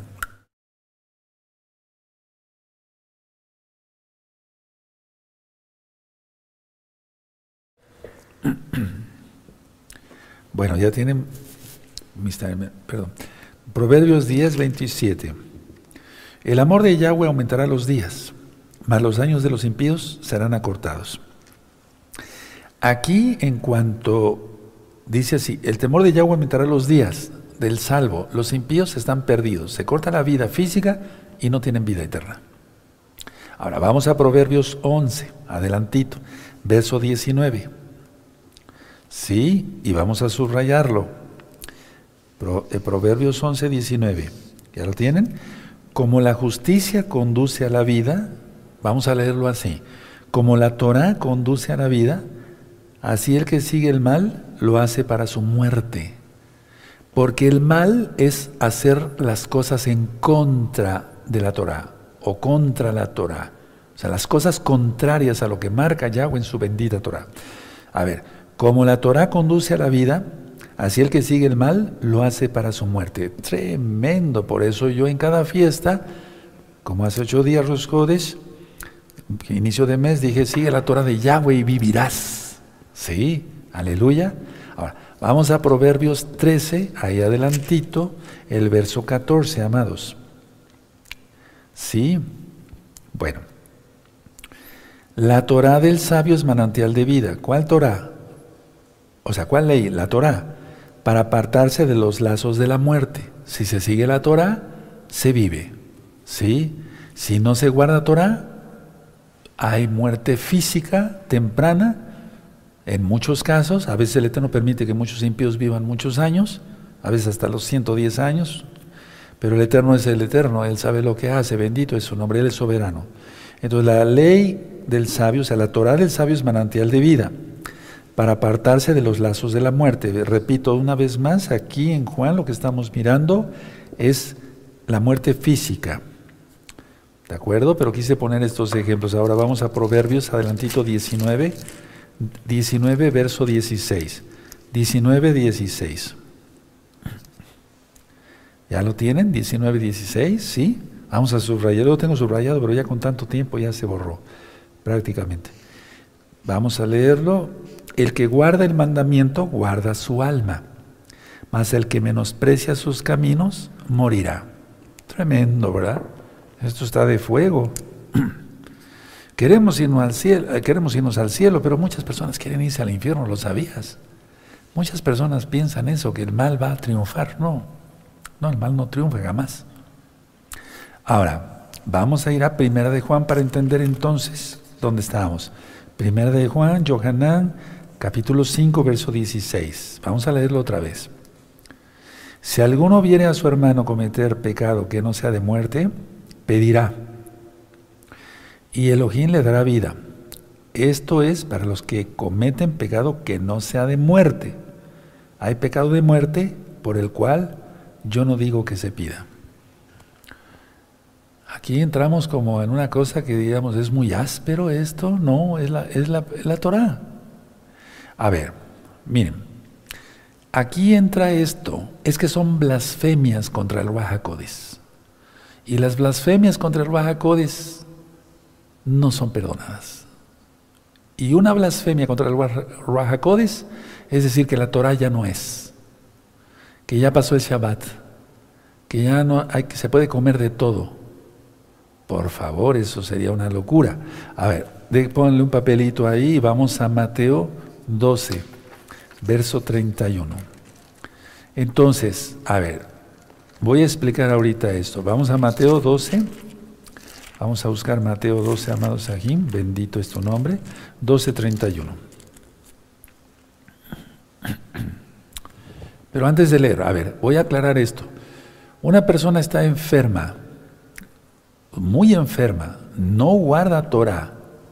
Bueno, ya tienen, Proverbios 10, 27. El amor de Yahweh aumentará los días, mas los años de los impíos serán acortados. Aquí, en cuanto dice así, el temor de Yahweh aumentará los días del salvo, los impíos están perdidos, se corta la vida física y no tienen vida eterna. Ahora vamos a Proverbios 11, adelantito, verso 19. Sí, y vamos a subrayarlo. Proverbios 11, 19. ¿Ya lo tienen? Como la justicia conduce a la vida, vamos a leerlo así. Como la Torah conduce a la vida, así el que sigue el mal lo hace para su muerte. Porque el mal es hacer las cosas en contra de la Torah o contra la Torah. O sea, las cosas contrarias a lo que marca Yahweh en su bendita Torah. A ver, como la Torah conduce a la vida, así el que sigue el mal lo hace para su muerte. Tremendo, por eso yo en cada fiesta, como hace 8 días Rosh Chodesh, inicio de mes dije, sigue la Torah de Yahweh y vivirás. Sí, aleluya. Ahora, vamos a Proverbios 13, ahí adelantito, el verso 14, amados. Sí, bueno. La Torah del sabio es manantial de vida. ¿Cuál Torah? O sea, ¿cuál ley? La Torah. Para apartarse de los lazos de la muerte. Si se sigue la Torah, se vive. ¿Sí? Si no se guarda Torah, hay muerte física temprana, en muchos casos. A veces el Eterno permite que muchos impíos vivan muchos años, a veces hasta los 110 años, pero el Eterno es el Eterno, Él sabe lo que hace, bendito es su nombre, Él es soberano. Entonces la ley del sabio, o sea, la Torah del sabio es manantial de vida, para apartarse de los lazos de la muerte. Repito una vez más, aquí en Juan lo que estamos mirando es la muerte física. ¿De acuerdo? Pero quise poner estos ejemplos. Ahora vamos a Proverbios, adelantito 19, verso 16. 19, 16. ¿Ya lo tienen? 19, 16, ¿sí? Vamos a subrayar. Yo lo tengo subrayado, pero ya con tanto tiempo ya se borró, prácticamente. Vamos a leerlo. El que guarda el mandamiento, guarda su alma, mas el que menosprecia sus caminos, morirá. Tremendo, ¿verdad? Esto está de fuego. Queremos irnos al cielo, pero muchas personas quieren irse al infierno, ¿lo sabías? Muchas personas piensan eso, que el mal va a triunfar. No, el mal no triunfa jamás. Ahora, vamos a ir a Primera de Juan para entender entonces dónde estábamos. Primera de Juan, Yohanan, capítulo 5, verso 16. Vamos a leerlo otra vez. Si alguno viere a su hermano cometer pecado que no sea de muerte, pedirá, y Elohim le dará vida. Esto es para los que cometen pecado que no sea de muerte. Hay pecado de muerte por el cual yo no digo que se pida. Aquí entramos como en una cosa que digamos es muy áspero esto. No, es la Torah. A ver, miren, aquí entra esto, es que son blasfemias contra el Ruach HaKodesh. Y las blasfemias contra el Ruach HaKodesh no son perdonadas. Y una blasfemia contra el Ruach HaKodesh es decir que la Torah ya no es, que ya pasó el Shabbat, que ya no hay, que se puede comer de todo. Por favor, eso sería una locura. A ver, ponle un papelito ahí y vamos a Mateo 12, verso 31. Entonces, a ver, voy a explicar ahorita esto. Vamos a Mateo 12. Vamos a buscar Mateo 12, amados Sahim. Bendito es tu nombre. 12, 31. Pero antes de leer, a ver, voy a aclarar esto. Una persona está enferma, muy enferma, no guarda Torah.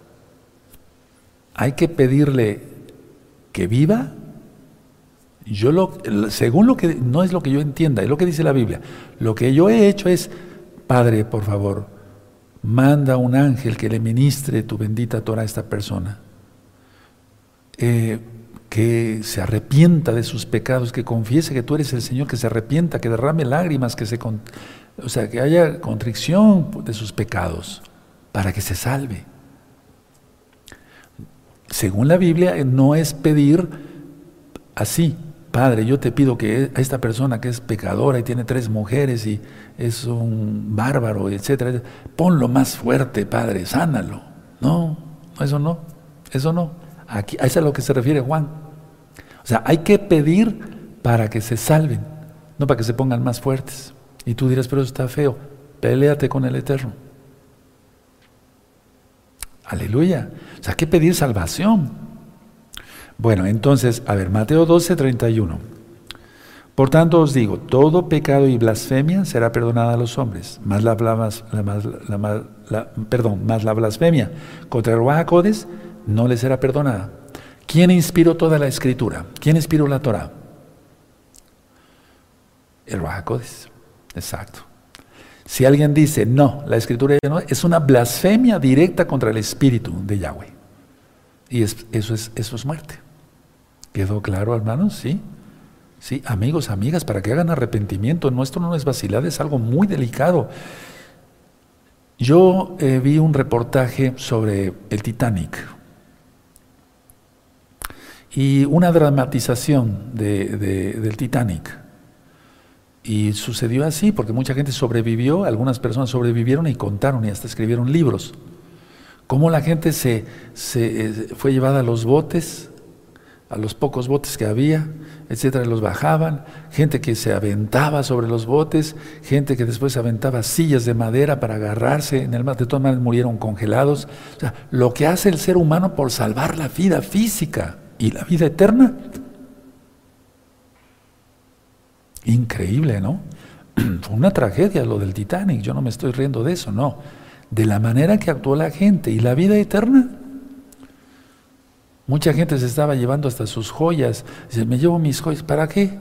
Hay que pedirle que viva. Según lo que, no es lo que yo entienda, es lo que dice la Biblia. Lo que yo he hecho es, Padre, por favor, manda un ángel que le ministre tu bendita Torah a esta persona. Que se arrepienta de sus pecados, que confiese que tú eres el Señor, que se arrepienta, que derrame lágrimas, que haya contrición de sus pecados, para que se salve. Según la Biblia, no es pedir así, Padre, yo te pido que a esta persona que es pecadora y tiene 3 mujeres y es un bárbaro, etcétera, ponlo más fuerte, Padre, sánalo. No, eso no. Aquí, a eso es a lo que se refiere Juan. O sea, hay que pedir para que se salven, no para que se pongan más fuertes. Y tú dirás, pero eso está feo. Péleate con el Eterno. Aleluya. O sea, hay que pedir salvación. Bueno, entonces, a ver, Mateo 12, 31. Por tanto os digo, todo pecado y blasfemia será perdonada a los hombres, más la blasfemia contra el Ruach HaKodesh no les será perdonada. ¿Quién inspiró toda la Escritura? ¿Quién inspiró la Torah? El Ruach HaKodesh. Exacto. Si alguien dice, no, la Escritura ya no, es una blasfemia directa contra el Espíritu de Yahweh. Y eso es muerte. ¿Quedó claro, hermanos? Sí. Sí, amigos, amigas, para que hagan arrepentimiento. Nuestro no es vacilar, es algo muy delicado. Yo vi un reportaje sobre el Titanic y una dramatización del Titanic. Y sucedió así porque mucha gente sobrevivió, algunas personas sobrevivieron y contaron y hasta escribieron libros. Cómo la gente se fue llevada a los botes, a los pocos botes que había, etcétera, los bajaban, gente que se aventaba sobre los botes, gente que después aventaba sillas de madera para agarrarse en el mar, de todas maneras murieron congelados. O sea, lo que hace el ser humano por salvar la vida física y la vida eterna. Increíble, ¿no? Fue una tragedia lo del Titanic, yo no me estoy riendo de eso, no. De la manera que actuó la gente y la vida eterna. Mucha gente se estaba llevando hasta sus joyas. Dice, me llevo mis joyas, ¿para qué?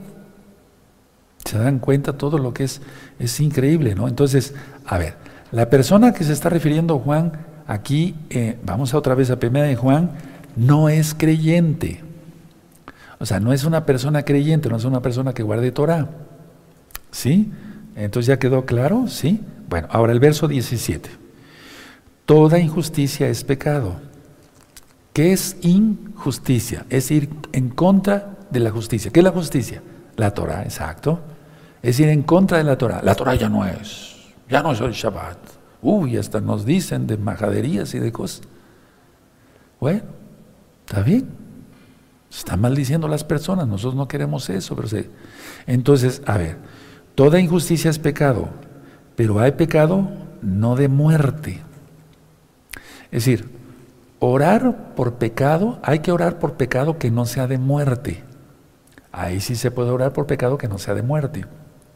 Se dan cuenta todo lo que es increíble, ¿no? Entonces, a ver, la persona que se está refiriendo Juan aquí, vamos otra vez a 1 de Juan, no es creyente. O sea, no es una persona creyente, no es una persona que guarde Torah. ¿Sí? Entonces, ¿ya quedó claro? ¿Sí? Bueno, ahora el verso 17. Toda injusticia es pecado. ¿Qué es injusticia? Es ir en contra de la justicia. ¿Qué es la justicia? La Torah, exacto. Es ir en contra de la Torah. La Torah ya no es el Shabbat. Uy, hasta nos dicen de majaderías y de cosas. Bueno, está bien. Se están maldiciendo las personas, nosotros no queremos eso. Entonces, a ver, toda injusticia es pecado, pero hay pecado no de muerte. Es decir, orar por pecado, hay que orar por pecado que no sea de muerte. Ahí sí se puede orar por pecado que no sea de muerte.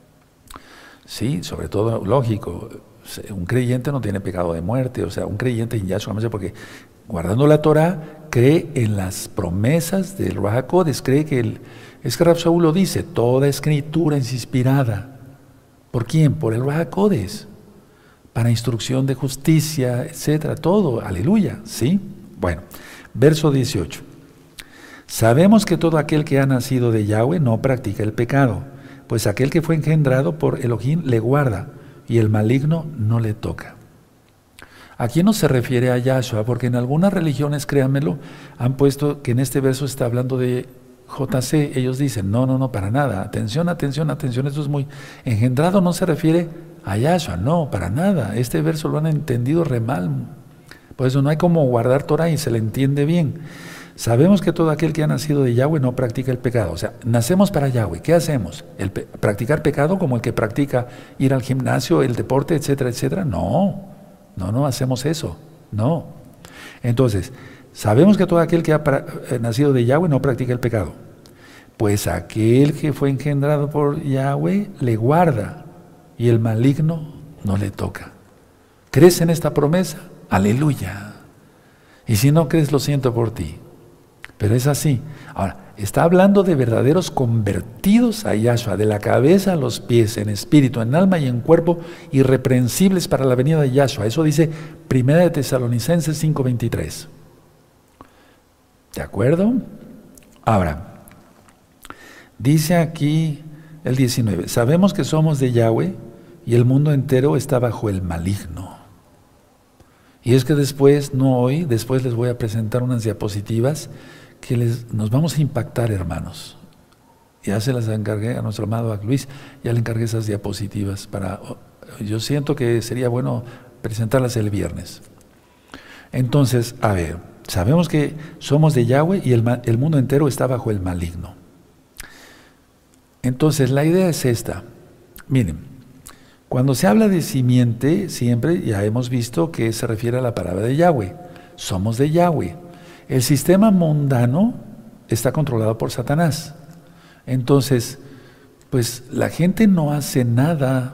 Sí, sobre todo, lógico, un creyente no tiene pecado de muerte, o sea, un creyente en Yahshua, porque guardando la Torah, cree en las promesas del Ruach HaKodesh, cree que es que Rab Shaul lo dice, toda escritura es inspirada. ¿Por quién? Por el Ruach HaKodesh, para instrucción de justicia, etcétera, todo, aleluya, ¿sí? Bueno, verso 18. Sabemos que todo aquel que ha nacido de Yahweh no practica el pecado, pues aquel que fue engendrado por Elohim le guarda, y el maligno no le toca. Aquí no se refiere a Yahshua, porque en algunas religiones, créanmelo, han puesto que en este verso está hablando de JC. Ellos dicen, no, para nada. Atención, esto es muy... Engendrado no se refiere a Yahshua, no, para nada. Este verso lo han entendido re mal. Por eso no hay como guardar Torah y se le entiende bien. Sabemos que todo aquel que ha nacido de Yahweh no practica el pecado. O sea, nacemos para Yahweh. ¿Qué hacemos? ¿Practicar pecado como el que practica ir al gimnasio, el deporte, etcétera, etcétera? No hacemos eso, no. Entonces, sabemos que todo aquel que ha nacido de Yahweh no practica el pecado. Pues aquel que fue engendrado por Yahweh le guarda y el maligno no le toca. ¿Crees en esta promesa? Aleluya. Y si no crees, lo siento por ti. Pero es así. Ahora, está hablando de verdaderos convertidos a Yahshua, de la cabeza a los pies, en espíritu, en alma y en cuerpo, irreprensibles para la venida de Yahshua. Eso dice 1 de Tesalonicenses 5:23. ¿De acuerdo? Ahora, dice aquí el 19, sabemos que somos de Yahweh y el mundo entero está bajo el maligno. Y es que después les voy a presentar unas diapositivas que nos vamos a impactar, hermanos. Ya se las encargué a nuestro amado Luis, ya le encargué esas diapositivas yo siento que sería bueno presentarlas el viernes. Entonces, a ver, sabemos que somos de Yahweh y el mundo entero está bajo el maligno. Entonces, la idea es esta. Miren, cuando se habla de simiente, siempre ya hemos visto que se refiere a la palabra de Yahweh. Somos de Yahweh. El sistema mundano está controlado por Satanás. Entonces, pues la gente no hace nada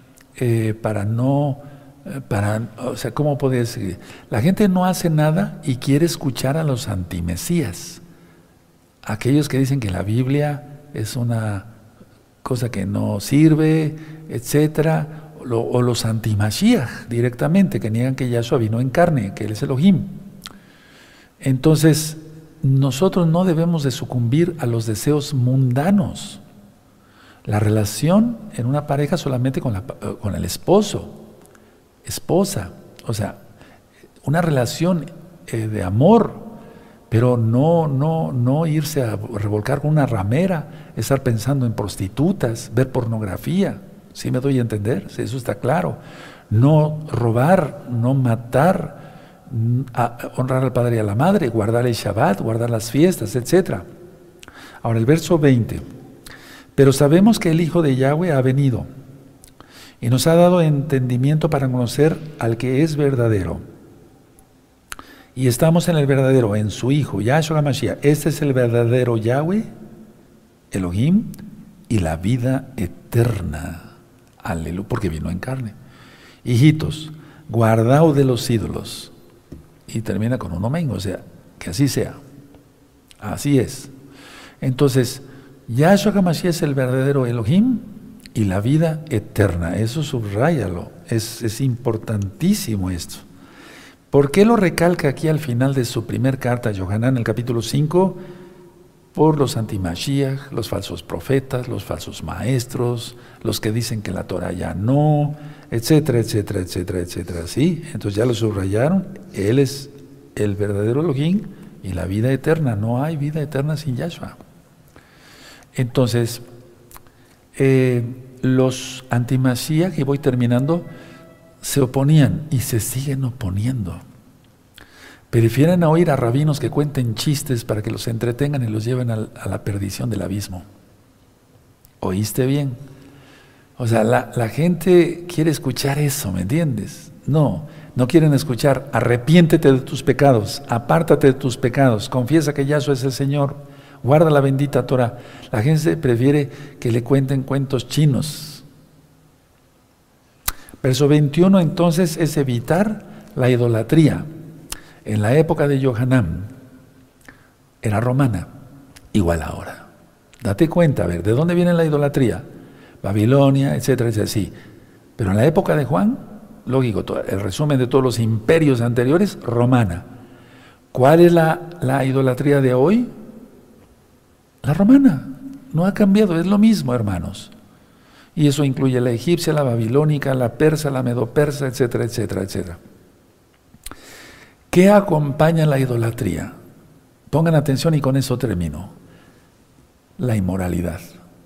o sea, ¿cómo podría decir? La gente no hace nada y quiere escuchar a los antimesías. Aquellos que dicen que la Biblia es una cosa que no sirve, etcétera, o los antimashiach directamente, que niegan que Yahshua vino en carne, que Él es Elohim. Entonces, nosotros no debemos de sucumbir a los deseos mundanos. La relación en una pareja solamente con el esposo. esposa, o sea, una relación de amor, pero no irse a revolcar con una ramera, estar pensando en prostitutas, ver pornografía. ¿Sí me doy a entender? Sí, eso está claro. No robar, no matar, honrar al padre y a la madre, guardar el Shabbat, guardar las fiestas, etc. Ahora el verso 20. Pero sabemos que el Hijo de Yahweh ha venido y nos ha dado entendimiento para conocer al que es verdadero. Y estamos en el verdadero, en su Hijo, Yahshua HaMashiach. Este es el verdadero Yahweh, Elohim, y la vida eterna. Aleluya, porque vino en carne. Hijitos, guardaos de los ídolos. Y termina con un amén, o sea, que así sea. Así es. Entonces, Yahshua HaMashiach es el verdadero Elohim y la vida eterna. Eso subráyalo. Es importantísimo esto. ¿Por qué lo recalca aquí al final de su primer carta a Yohanan, el capítulo 5? Por los anti-Mashiach, los falsos profetas, los falsos maestros, los que dicen que la Torah ya no, etcétera, etcétera, etcétera, etcétera. ¿Sí? Entonces ya lo subrayaron. Él es el verdadero Elohim y la vida eterna. No hay vida eterna sin Yahshua. Entonces, los anti-Mashiach, y voy terminando, se oponían y se siguen oponiendo. Prefieren oír a rabinos que cuenten chistes para que los entretengan y los lleven a la perdición del abismo. ¿Oíste bien? O sea, la gente quiere escuchar eso, ¿me entiendes? No quieren escuchar, arrepiéntete de tus pecados, apártate de tus pecados, confiesa que Yahshua es el Señor, guarda la bendita Torah. La gente prefiere que le cuenten cuentos chinos. Verso 21 entonces es evitar la idolatría. En la época de Yohanan era romana, igual ahora. Date cuenta, a ver, ¿de dónde viene la idolatría? Babilonia, etcétera, etcétera, sí. Pero en la época de Juan, lógico, el resumen de todos los imperios anteriores, romana. ¿Cuál es la idolatría de hoy? La romana. No ha cambiado, es lo mismo, hermanos. Y eso incluye la egipcia, la babilónica, la persa, la medopersa, etcétera, etcétera, etcétera. ¿Qué acompaña la idolatría? Pongan atención y con eso termino. La inmoralidad,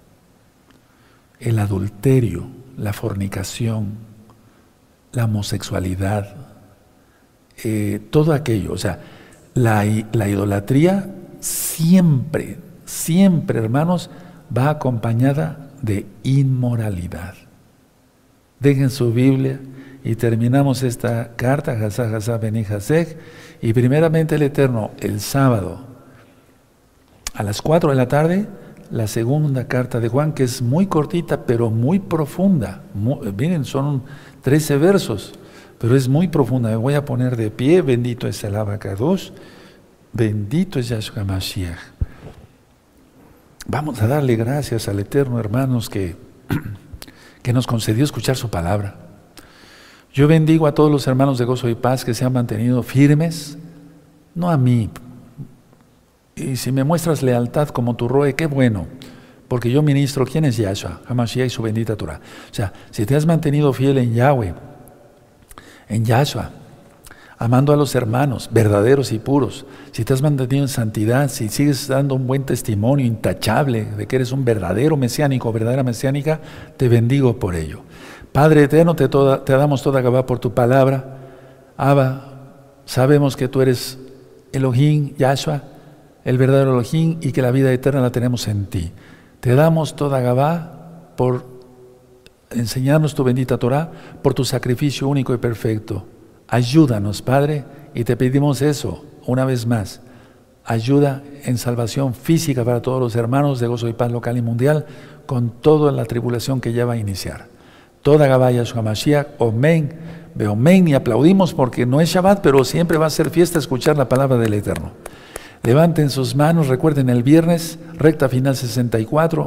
el adulterio, la fornicación, la homosexualidad, todo aquello. O sea, la idolatría siempre, hermanos, va acompañada de inmoralidad. Dejen su Biblia y terminamos esta carta, Hazá, Hazá, Beni Hazek, y primeramente el Eterno, el sábado, a las 4 de la tarde, la segunda carta de Juan, que es muy cortita, pero muy profunda. Miren, son 13 versos, pero es muy profunda. Me voy a poner de pie, bendito es el Abacados, bendito es Yahshua Mashiach. Vamos a darle gracias al Eterno, hermanos, que nos concedió escuchar su palabra. Yo bendigo a todos los hermanos de Gozo y Paz que se han mantenido firmes, no a mí. Y si me muestras lealtad como tu roe, qué bueno, porque yo ministro quién es Yahshua, HaMashiach y su bendita Torah. O sea, si te has mantenido fiel en Yahweh, en Yahshua, amando a los hermanos, verdaderos y puros, si te has mantenido en santidad, si sigues dando un buen testimonio intachable de que eres un verdadero mesiánico, verdadera mesiánica, te bendigo por ello. Padre eterno, te damos toda Gabá por tu palabra. Abba, sabemos que tú eres Elohim, Yahshua, el verdadero Elohim, y que la vida eterna la tenemos en ti. Te damos toda Gabá por enseñarnos tu bendita Torah, por tu sacrificio único y perfecto. Ayúdanos, Padre, y te pedimos eso una vez más. Ayuda en salvación física para todos los hermanos de Gozo y Paz local y mundial, con toda la tribulación que ya va a iniciar. Toda Gabá Yahshua Mashiach, Omen, Beomen, y aplaudimos porque no es Shabbat, pero siempre va a ser fiesta escuchar la palabra del Eterno. Levanten sus manos, recuerden el viernes, recta final 64.